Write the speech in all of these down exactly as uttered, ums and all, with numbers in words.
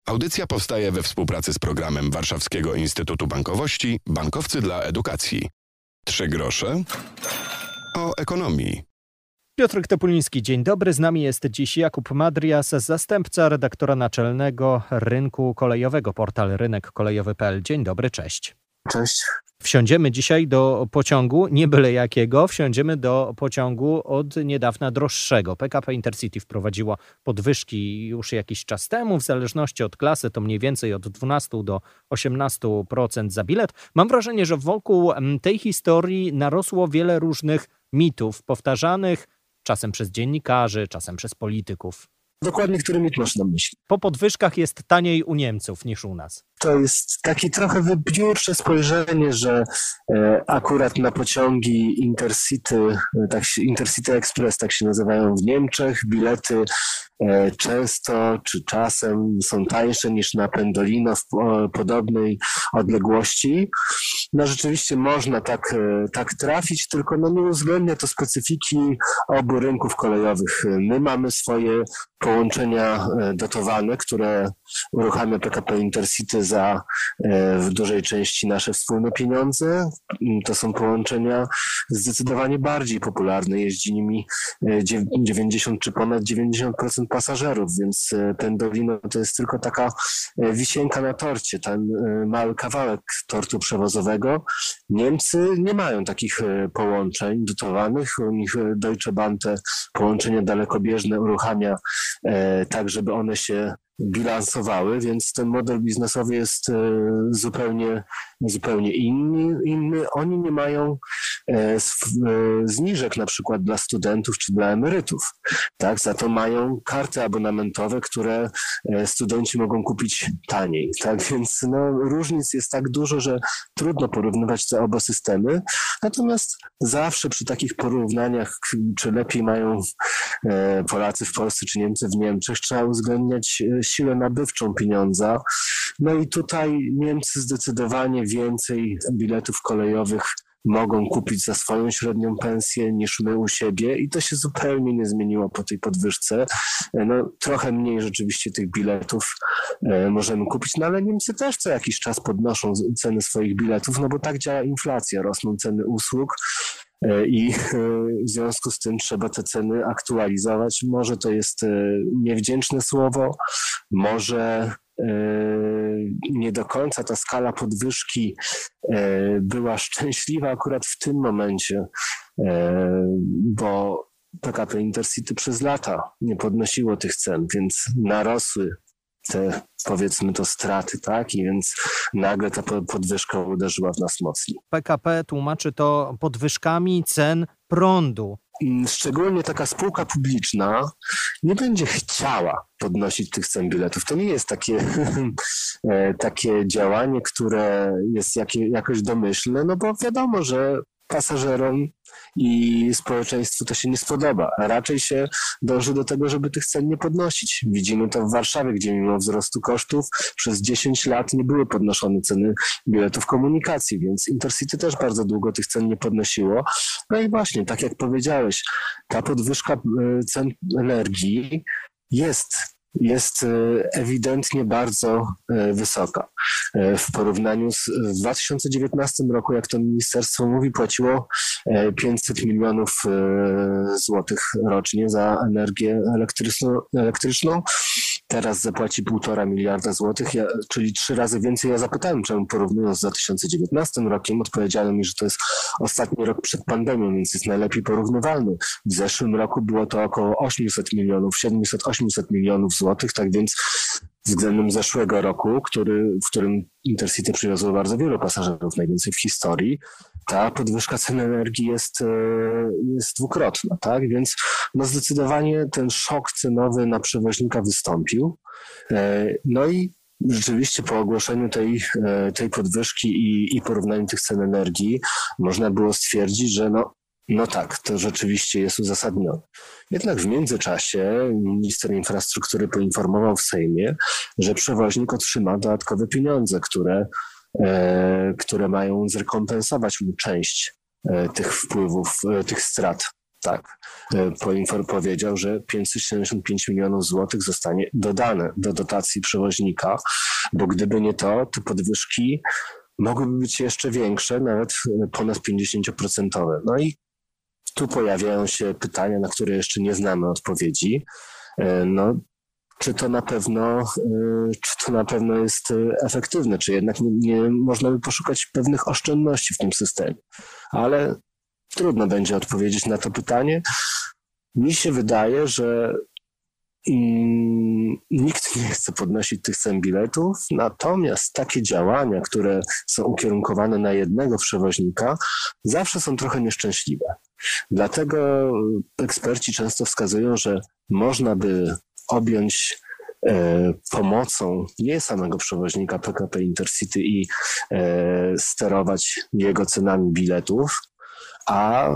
Audycja powstaje we współpracy z programem Warszawskiego Instytutu Bankowości Bankowcy dla Edukacji. Trzy grosze o ekonomii. Piotr Topuliński, dzień dobry. Z nami jest dziś Jakub Madrias, zastępca redaktora naczelnego rynku kolejowego, portal rynek kolejowy kropka p l. Dzień dobry, cześć. Cześć. Wsiądziemy dzisiaj do pociągu, nie byle jakiego, wsiądziemy do pociągu od niedawna droższego. P K P Intercity wprowadziło podwyżki już jakiś czas temu, w zależności od klasy to mniej więcej od dwunastu do osiemnastu procent za bilet. Mam wrażenie, że wokół tej historii narosło wiele różnych mitów, powtarzanych czasem przez dziennikarzy, czasem przez polityków. Dokładnie, który mit masz na myśli? Po podwyżkach jest taniej u Niemców niż u nas. To jest takie trochę wybiórcze spojrzenie, że e, akurat na pociągi Intercity, tak się, Intercity Express, tak się nazywają w Niemczech, bilety e, często czy czasem są tańsze niż na Pendolino w o, podobnej odległości. No rzeczywiście można tak, e, tak trafić, tylko no, nie uwzględnia to specyfiki obu rynków kolejowych. My mamy swoje połączenia dotowane, które uruchamia P K P Intercity za w dużej części nasze wspólne pieniądze. To są połączenia zdecydowanie bardziej popularne. Jeździ nimi dziewięćdziesiąt czy ponad dziewięćdziesiąt procent pasażerów, więc Pendolino to jest tylko taka wisienka na torcie, ten mały kawałek tortu przewozowego. Niemcy nie mają takich połączeń dotowanych. U nich Deutsche Bahn te połączenia dalekobieżne uruchamia tak, żeby one się bilansowały, więc ten model biznesowy jest zupełnie, zupełnie inny, inny. Oni nie mają zniżek na przykład dla studentów czy dla emerytów. Tak? Za to mają karty abonamentowe, które studenci mogą kupić taniej. Tak? Więc no, różnic jest tak dużo, że trudno porównywać te oba systemy. Natomiast zawsze przy takich porównaniach, czy lepiej mają Polacy w Polsce, czy Niemcy w Niemczech, trzeba uwzględniać siłę nabywczą pieniądza. No i tutaj Niemcy zdecydowanie więcej biletów kolejowych mogą kupić za swoją średnią pensję niż my u siebie i to się zupełnie nie zmieniło po tej podwyżce. No, trochę mniej rzeczywiście tych biletów e, możemy kupić, no ale Niemcy też co jakiś czas podnoszą ceny swoich biletów, no bo tak działa inflacja, rosną ceny usług e, i e, w związku z tym trzeba te ceny aktualizować. Może to jest e, niewdzięczne słowo, może nie do końca ta skala podwyżki była szczęśliwa akurat w tym momencie, bo P K P Intercity przez lata nie podnosiło tych cen, więc narosły te, powiedzmy to, straty, tak? I więc nagle ta podwyżka uderzyła w nas mocniej. P K P tłumaczy to podwyżkami cen prądu. Szczególnie taka spółka publiczna nie będzie chciała podnosić tych cen biletów. To nie jest takie, takie działanie, które jest jakie, jakoś domyślne, no bo wiadomo, że pasażerom i społeczeństwu to się nie spodoba, a raczej się dąży do tego, żeby tych cen nie podnosić. Widzimy to w Warszawie, gdzie mimo wzrostu kosztów przez dziesięć lat nie były podnoszone ceny biletów komunikacji, więc Intercity też bardzo długo tych cen nie podnosiło. No i właśnie, tak jak powiedziałeś, ta podwyżka cen energii jest jest ewidentnie bardzo wysoka. W porównaniu z w dwa tysiące dziewiętnastym roku, jak to ministerstwo mówi, płaciło pięćset milionów złotych rocznie za energię elektryczną. elektryczną. Teraz zapłaci półtora miliarda złotych, ja, czyli trzy razy więcej. Ja zapytałem, czemu porównując z dwa tysiące dziewiętnastym rokiem, odpowiedziano mi, że to jest ostatni rok przed pandemią, więc jest najlepiej porównywalny. W zeszłym roku było to około osiemset milionów, siedemset osiemset milionów złotych, tak więc względem zeszłego roku, który, w którym Intercity przywiozło bardzo wielu pasażerów, najwięcej w historii, ta podwyżka cen energii jest, jest dwukrotna, tak? Więc no zdecydowanie ten szok cenowy na przewoźnika wystąpił. No i rzeczywiście po ogłoszeniu tej, tej podwyżki i, i porównaniu tych cen energii można było stwierdzić, że no, no tak, to rzeczywiście jest uzasadnione. Jednak w międzyczasie minister infrastruktury poinformował w Sejmie, że przewoźnik otrzyma dodatkowe pieniądze, które, e, które mają zrekompensować mu część e, tych wpływów, e, tych strat Tak, poinform powiedział, że pięćset siedemdziesiąt pięć milionów złotych zostanie dodane do dotacji przewoźnika, bo gdyby nie to, te podwyżki mogłyby być jeszcze większe, nawet ponad pięćdziesiąt procent. No i tu pojawiają się pytania, na które jeszcze nie znamy odpowiedzi. No, czy to na pewno, czy to na pewno jest efektywne, czy jednak nie, nie można by poszukać pewnych oszczędności w tym systemie. Ale trudno będzie odpowiedzieć na to pytanie. Mi się wydaje, że mm, nikt nie chce podnosić tych cen biletów, natomiast takie działania, które są ukierunkowane na jednego przewoźnika, zawsze są trochę nieszczęśliwe. Dlatego eksperci często wskazują, że można by objąć e, pomocą nie samego przewoźnika P K P Intercity i e, sterować jego cenami biletów, a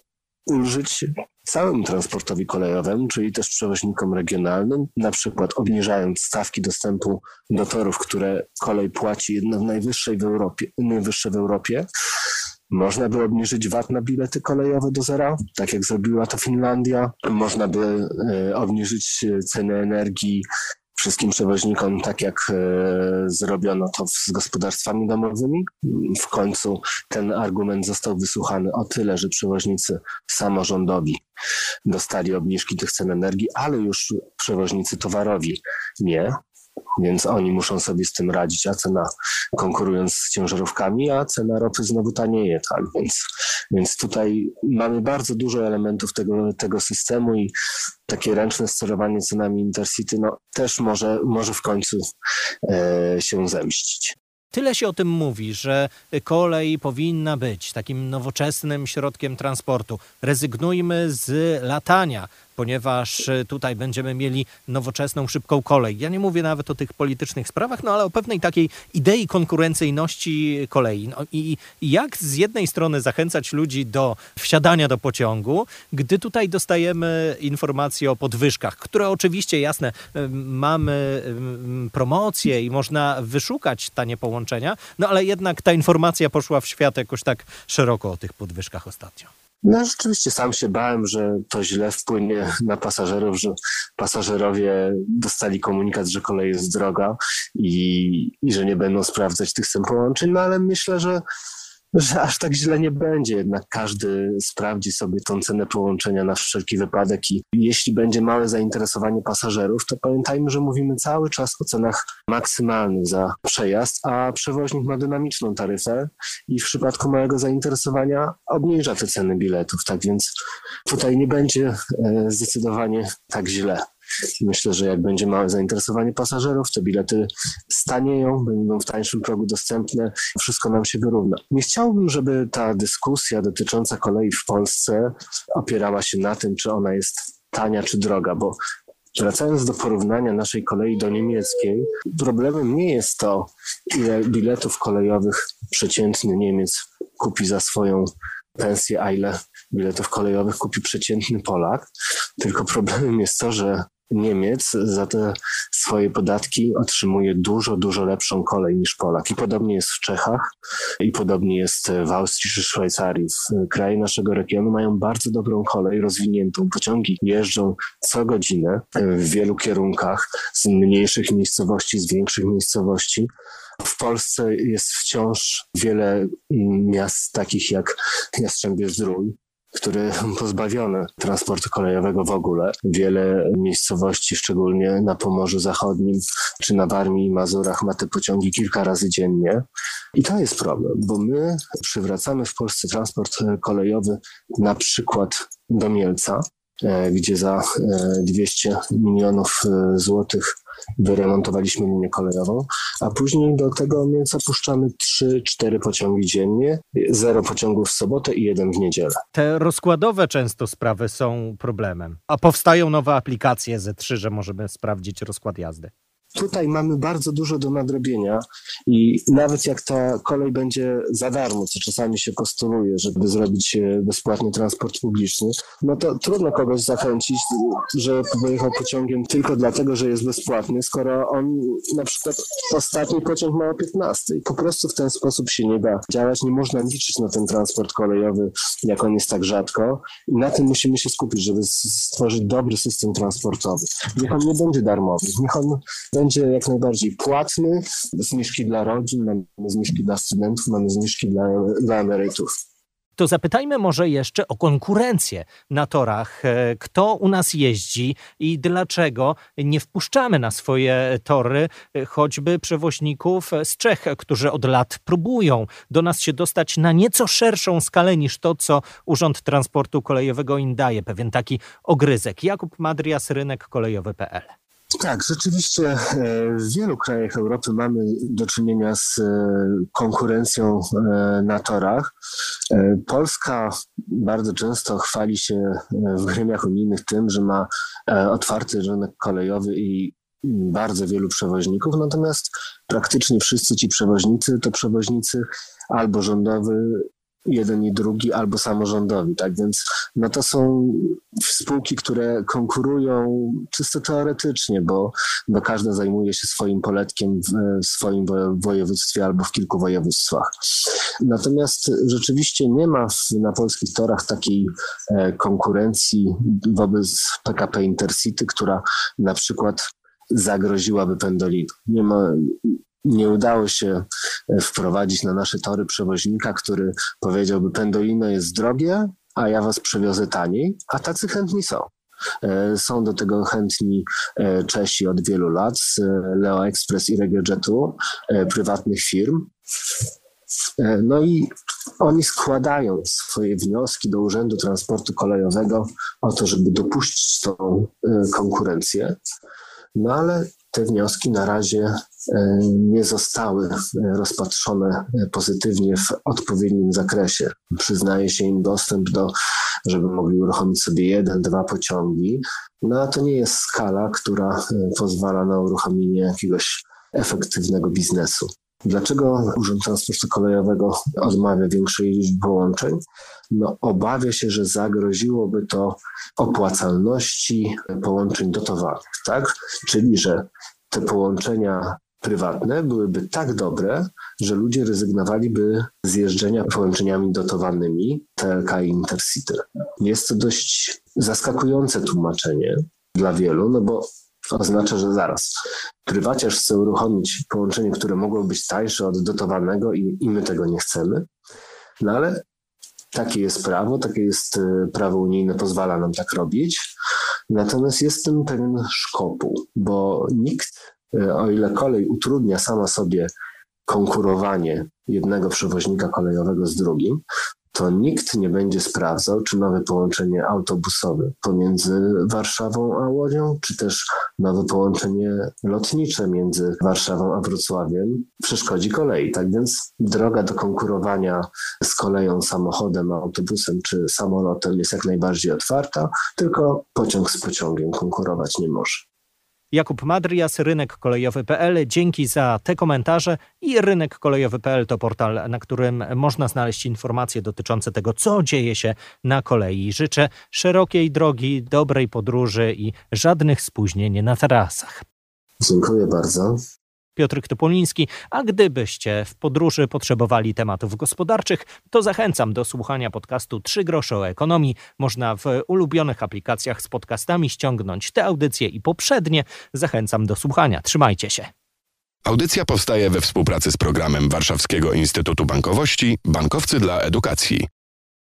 ulżyć całemu transportowi kolejowemu, czyli też przewoźnikom regionalnym, na przykład obniżając stawki dostępu do torów, które kolej płaci jedno najwyższej w Europie, najwyższe w Europie. Można by obniżyć V A T na bilety kolejowe do zera, tak jak zrobiła to Finlandia. Można by e, obniżyć ceny energii wszystkim przewoźnikom, tak jak e, zrobiono to z gospodarstwami domowymi. W końcu ten argument został wysłuchany o tyle, że przewoźnicy samorządowi dostali obniżki tych cen energii, ale już przewoźnicy towarowi nie. Więc oni muszą sobie z tym radzić, a cena, konkurując z ciężarówkami, a cena ropy znowu tanieje, tak? Więc, więc tutaj mamy bardzo dużo elementów tego, tego systemu i takie ręczne sterowanie cenami Intercity no, też może, może w końcu e, się zemścić. Tyle się o tym mówi, że kolej powinna być takim nowoczesnym środkiem transportu. Rezygnujmy z latania, ponieważ tutaj będziemy mieli nowoczesną, szybką kolej. Ja nie mówię nawet o tych politycznych sprawach, no ale o pewnej takiej idei konkurencyjności kolei. No i jak z jednej strony zachęcać ludzi do wsiadania do pociągu, gdy tutaj dostajemy informacje o podwyżkach, które oczywiście, jasne, mamy promocje i można wyszukać tanie połączenia, no ale jednak ta informacja poszła w świat jakoś tak szeroko o tych podwyżkach ostatnio. No rzeczywiście sam się bałem, że to źle wpłynie na pasażerów, że pasażerowie dostali komunikat, że kolej jest droga i, i że nie będą sprawdzać tych cen połączeń, no ale myślę, że, że aż tak źle nie będzie. Jednak każdy sprawdzi sobie tą cenę połączenia na wszelki wypadek i jeśli będzie małe zainteresowanie pasażerów, to pamiętajmy, że mówimy cały czas o cenach maksymalnych za przejazd, a przewoźnik ma dynamiczną taryfę i w przypadku małego zainteresowania obniża te ceny biletów. Tak więc tutaj nie będzie zdecydowanie tak źle. Myślę, że jak będzie małe zainteresowanie pasażerów, te bilety stanieją, będą w tańszym progu dostępne, wszystko nam się wyrówna. Nie chciałbym, żeby ta dyskusja dotycząca kolei w Polsce opierała się na tym, czy ona jest tania czy droga, bo wracając do porównania naszej kolei do niemieckiej, problemem nie jest to, ile biletów kolejowych przeciętny Niemiec kupi za swoją pensję, a ile biletów kolejowych kupi przeciętny Polak, tylko problemem jest to, że Niemiec za te swoje podatki otrzymuje dużo, dużo lepszą kolej niż Polak. I podobnie jest w Czechach i podobnie jest w Austrii czy Szwajcarii. W kraje naszego regionu mają bardzo dobrą kolej rozwiniętą. Pociągi jeżdżą co godzinę w wielu kierunkach z mniejszych miejscowości, z większych miejscowości. W Polsce jest wciąż wiele miast takich jak Jastrzębie-Zdrój, który pozbawiony transportu kolejowego w ogóle. Wiele miejscowości, szczególnie na Pomorzu Zachodnim czy na Warmii i Mazurach, ma te pociągi kilka razy dziennie. I to jest problem, bo my przywracamy w Polsce transport kolejowy na przykład do Mielca, gdzie za dwieście milionów złotych wyremontowaliśmy linię kolejową, a później do tego Mielca puszczamy trzy cztery pociągi dziennie, zero pociągów w sobotę i jeden w niedzielę. Te rozkładowe często sprawy są problemem, a powstają nowe aplikacje Z trzy, że możemy sprawdzić rozkład jazdy. Tutaj mamy bardzo dużo do nadrobienia i nawet jak ta kolej będzie za darmo, co czasami się postuluje, żeby zrobić bezpłatny transport publiczny, no to trudno kogoś zachęcić, że pojechał pociągiem tylko dlatego, że jest bezpłatny, skoro on na przykład ostatni pociąg ma o piętnastej. Po prostu w ten sposób się nie da działać, nie można liczyć na ten transport kolejowy, jak on jest tak rzadko i na tym musimy się skupić, żeby stworzyć dobry system transportowy. Niech on nie będzie darmowy, niech on będzie jak najbardziej płatny, zniżki dla rodzin, mamy zniżki dla studentów, mamy zniżki dla, dla emerytów. To zapytajmy może jeszcze o konkurencję na torach. Kto u nas jeździ i dlaczego nie wpuszczamy na swoje tory choćby przewoźników z Czech, którzy od lat próbują do nas się dostać na nieco szerszą skalę niż to, co Urząd Transportu Kolejowego im daje. Pewien taki ogryzek. Jakub Madrias, rynek kolejowy kropka pe el. Tak, rzeczywiście w wielu krajach Europy mamy do czynienia z konkurencją na torach. Polska bardzo często chwali się w gremiach unijnych tym, że ma otwarty rynek kolejowy i bardzo wielu przewoźników, natomiast praktycznie wszyscy ci przewoźnicy to przewoźnicy albo rządowi, jeden i drugi, albo samorządowi, tak więc no to są spółki, które konkurują czysto teoretycznie, bo, bo każda zajmuje się swoim poletkiem w swoim województwie albo w kilku województwach. Natomiast rzeczywiście nie ma w, na polskich torach takiej e, konkurencji wobec P K P Intercity, która na przykład zagroziłaby pendolino. Nie ma Nie udało się wprowadzić na nasze tory przewoźnika, który powiedziałby: pendolino jest drogie, a ja was przewiozę taniej, a tacy chętni są. Są do tego chętni Czesi od wielu lat z Leo Express i RegioJetu, prywatnych firm. No i oni składają swoje wnioski do Urzędu Transportu Kolejowego o to, żeby dopuścić tą konkurencję. No ale te wnioski na razie nie zostały rozpatrzone pozytywnie w odpowiednim zakresie. Przyznaje się im dostęp do, żeby mogli uruchomić sobie jeden, dwa pociągi, no a to nie jest skala, która pozwala na uruchomienie jakiegoś efektywnego biznesu. Dlaczego Urząd Transportu Kolejowego odmawia większej liczby połączeń? No, obawia się, że zagroziłoby to opłacalności połączeń dotowanych, tak? Czyli, że te połączenia prywatne byłyby tak dobre, że ludzie rezygnowaliby z jeżdżenia połączeniami dotowanymi T L K i Intercity. Jest to dość zaskakujące tłumaczenie dla wielu, no bo to oznacza, że zaraz prywaciarz chce uruchomić połączenie, które mogło być tańsze od dotowanego i, i my tego nie chcemy. No ale takie jest prawo, takie jest prawo unijne, pozwala nam tak robić. Natomiast jest w tym pewien szkopuł, bo nikt, o ile kolej utrudnia sama sobie konkurowanie jednego przewoźnika kolejowego z drugim, to nikt nie będzie sprawdzał, czy nowe połączenie autobusowe pomiędzy Warszawą a Łodzią, czy też nowe połączenie lotnicze między Warszawą a Wrocławiem przeszkodzi kolei. Tak więc droga do konkurowania z koleją, samochodem, autobusem czy samolotem jest jak najbardziej otwarta, tylko pociąg z pociągiem konkurować nie może. Jakub Madrias, rynek kolejowy kropka pe el. Dzięki za te komentarze. I rynek kolejowy kropka pe el to portal, na którym można znaleźć informacje dotyczące tego, co dzieje się na kolei. Życzę szerokiej drogi, dobrej podróży i żadnych spóźnień na trasach. Dziękuję bardzo. Piotr Topoliński, a gdybyście w podróży potrzebowali tematów gospodarczych, to zachęcam do słuchania podcastu Trzy grosze o ekonomii. Można w ulubionych aplikacjach z podcastami ściągnąć te audycje i poprzednie. Zachęcam do słuchania. Trzymajcie się. Audycja powstaje we współpracy z programem Warszawskiego Instytutu Bankowości Bankowcy dla Edukacji.